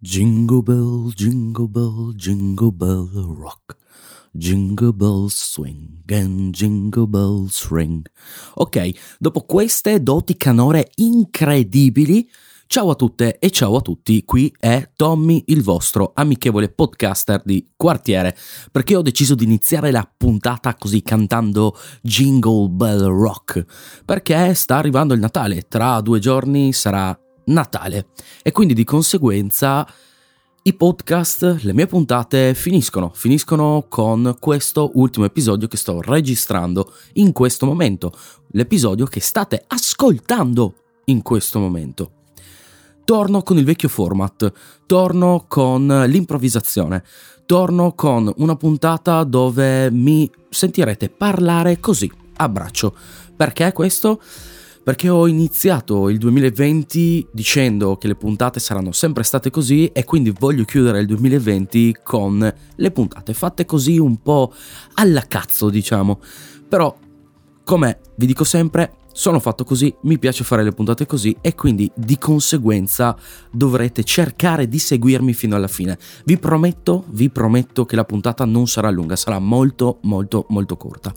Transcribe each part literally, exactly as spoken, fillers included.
Jingle bell, jingle bell, jingle bell rock. Jingle bells swing and jingle bells ring. Ok, dopo queste doti canore incredibili, ciao a tutte e ciao a tutti, qui è Tommy, il vostro amichevole podcaster di quartiere, perché ho deciso di iniziare la puntata così cantando Jingle Bell Rock, perché sta arrivando il Natale, tra due giorni sarà Natale e quindi di conseguenza i podcast, le mie puntate finiscono, finiscono con questo ultimo episodio che sto registrando in questo momento, l'episodio che state ascoltando in questo momento. Torno con il vecchio format, torno con l'improvvisazione, torno con una puntata dove mi sentirete parlare così, a braccio. Perché questo? Perché ho iniziato il duemilaventi dicendo che le puntate saranno sempre state così e quindi voglio chiudere il duemilaventi con le puntate fatte così un po' alla cazzo, diciamo. Però, come vi dico sempre, sono fatto così, mi piace fare le puntate così e quindi di conseguenza dovrete cercare di seguirmi fino alla fine. Vi prometto, vi prometto che la puntata non sarà lunga, sarà molto molto molto corta.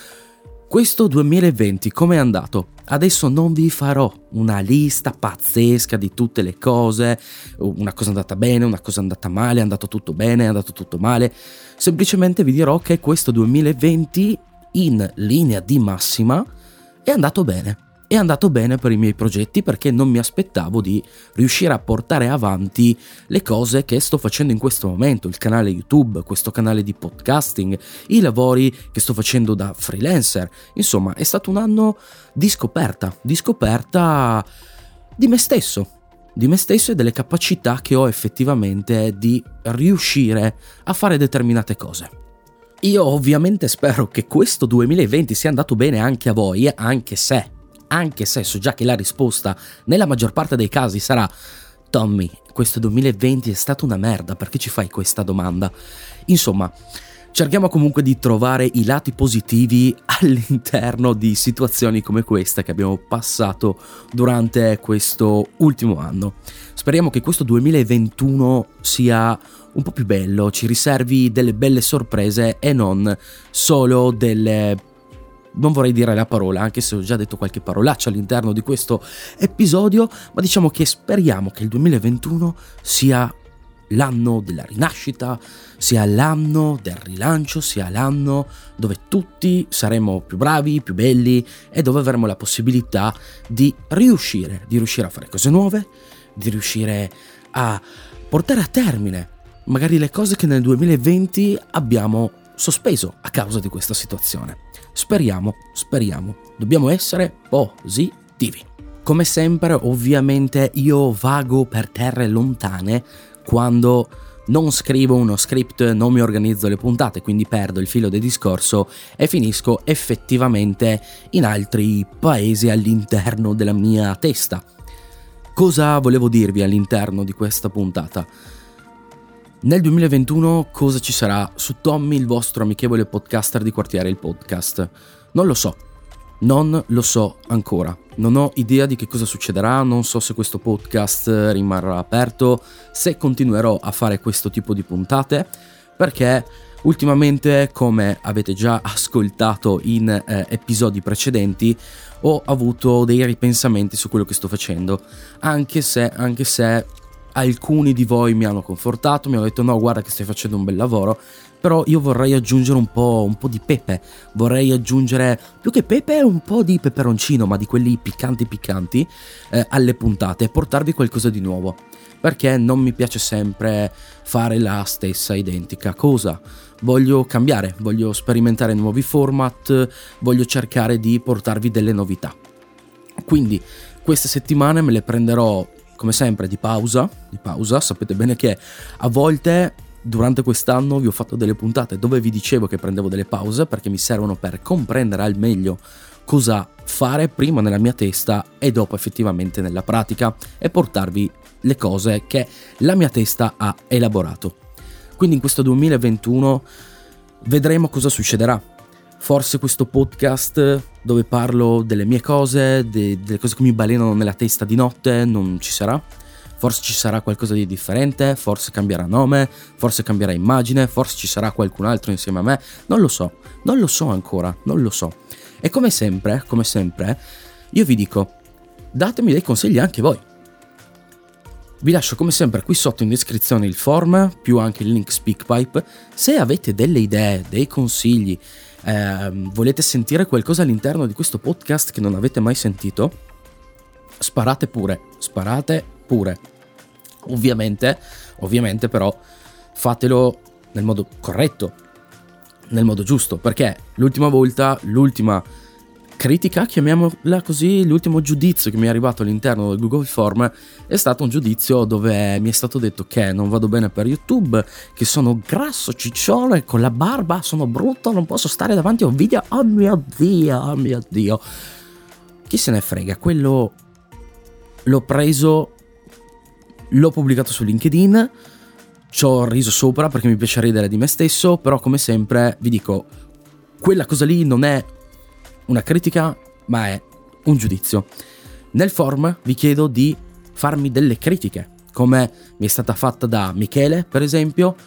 Questo duemilaventi come è andato? Adesso non vi farò una lista pazzesca di tutte le cose, una cosa è andata bene, una cosa è andata male, è andato tutto bene, è andato tutto male. Semplicemente vi dirò che questo duemilaventi in linea di massima è andato bene. È andato bene per i miei progetti perché non mi aspettavo di riuscire a portare avanti le cose che sto facendo in questo momento, il canale YouTube, questo canale di podcasting, i lavori che sto facendo da freelancer. Insomma, è stato un anno di scoperta, di scoperta di me stesso, di me stesso e delle capacità che ho effettivamente di riuscire a fare determinate cose. Io ovviamente spero che questo duemilaventi sia andato bene anche a voi, anche se Anche se so già che la risposta nella maggior parte dei casi sarà: Tommy, questo duemilaventi è stato una merda, perché ci fai questa domanda? Insomma, cerchiamo comunque di trovare i lati positivi all'interno di situazioni come questa che abbiamo passato durante questo ultimo anno. Speriamo che questo duemilaventuno sia un po' più bello, ci riservi delle belle sorprese e non solo delle... non vorrei dire la parola, anche se ho già detto qualche parolaccia all'interno di questo episodio, ma diciamo che speriamo che il duemilaventuno sia l'anno della rinascita, sia l'anno del rilancio, sia l'anno dove tutti saremo più bravi, più belli e dove avremo la possibilità di riuscire, di riuscire a fare cose nuove, di riuscire a portare a termine magari le cose che nel duemilaventi abbiamo sospeso a causa di questa situazione. Speriamo, speriamo. Dobbiamo essere positivi. Come sempre, ovviamente, io vago per terre lontane quando non scrivo uno script, non mi organizzo le puntate, quindi perdo il filo del discorso e finisco effettivamente in altri paesi all'interno della mia testa. Cosa volevo dirvi all'interno di questa puntata? Nel duemilaventuno cosa ci sarà su Tommy, il vostro amichevole podcaster di quartiere, il podcast? Non lo so, non lo so ancora, non ho idea di che cosa succederà, non so se questo podcast rimarrà aperto, se continuerò a fare questo tipo di puntate, perché ultimamente, come avete già ascoltato in eh, episodi precedenti, ho avuto dei ripensamenti su quello che sto facendo, anche se, anche se alcuni di voi mi hanno confortato, mi hanno detto no, guarda che stai facendo un bel lavoro, però io vorrei aggiungere un po', un po' di pepe, vorrei aggiungere più che pepe un po' di peperoncino, ma di quelli piccanti piccanti eh, alle puntate e portarvi qualcosa di nuovo, perché non mi piace sempre fare la stessa identica cosa, voglio cambiare, voglio sperimentare nuovi format, voglio cercare di portarvi delle novità. Quindi queste settimane me le prenderò come sempre di pausa, di pausa, sapete bene che a volte durante quest'anno vi ho fatto delle puntate dove vi dicevo che prendevo delle pause perché mi servono per comprendere al meglio cosa fare prima nella mia testa e dopo effettivamente nella pratica e portarvi le cose che la mia testa ha elaborato. Quindi in questo duemilaventuno vedremo cosa succederà. Forse questo podcast dove parlo delle mie cose, de- delle cose che mi balenano nella testa di notte non ci sarà, forse ci sarà qualcosa di differente, forse cambierà nome, forse cambierà immagine, forse ci sarà qualcun altro insieme a me, non lo so, non lo so ancora, non lo so. E come sempre, come sempre, io vi dico, datemi dei consigli anche voi. Vi lascio come sempre qui sotto in descrizione il form, più anche il link SpeakPipe. Se avete delle idee, dei consigli, eh, volete sentire qualcosa all'interno di questo podcast che non avete mai sentito, sparate pure, sparate pure. Ovviamente, ovviamente però fatelo nel modo corretto, nel modo giusto, perché l'ultima volta, l'ultima critica, chiamiamola così, l'ultimo giudizio che mi è arrivato all'interno del Google Form è stato un giudizio dove mi è stato detto che non vado bene per YouTube, che sono grasso, ciccione, con la barba, sono brutto, non posso stare davanti a un video, oh mio Dio, oh mio Dio. Chi se ne frega, quello l'ho preso, l'ho pubblicato su LinkedIn, ci ho riso sopra perché mi piace ridere di me stesso, però come sempre vi dico, quella cosa lì non è una critica, ma è un giudizio. Nel form vi chiedo di farmi delle critiche, come mi è stata fatta da Michele, per esempio,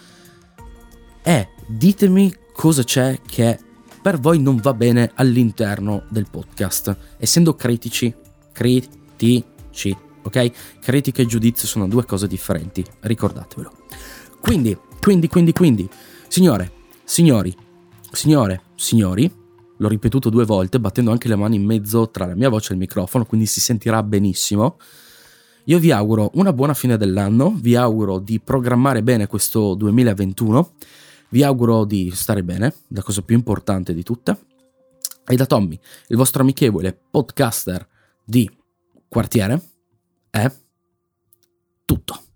e ditemi cosa c'è che per voi non va bene all'interno del podcast. Essendo critici, critici, ok? Critica e giudizio sono due cose differenti, ricordatevelo. Quindi, quindi, quindi, quindi, signore, signori, signore, signori, l'ho ripetuto due volte, battendo anche le mani in mezzo tra la mia voce e il microfono, quindi si sentirà benissimo. Io vi auguro una buona fine dell'anno, vi auguro di programmare bene questo duemilaventuno, vi auguro di stare bene, la cosa più importante di tutte. E da Tommy, il vostro amichevole podcaster di quartiere, è tutto.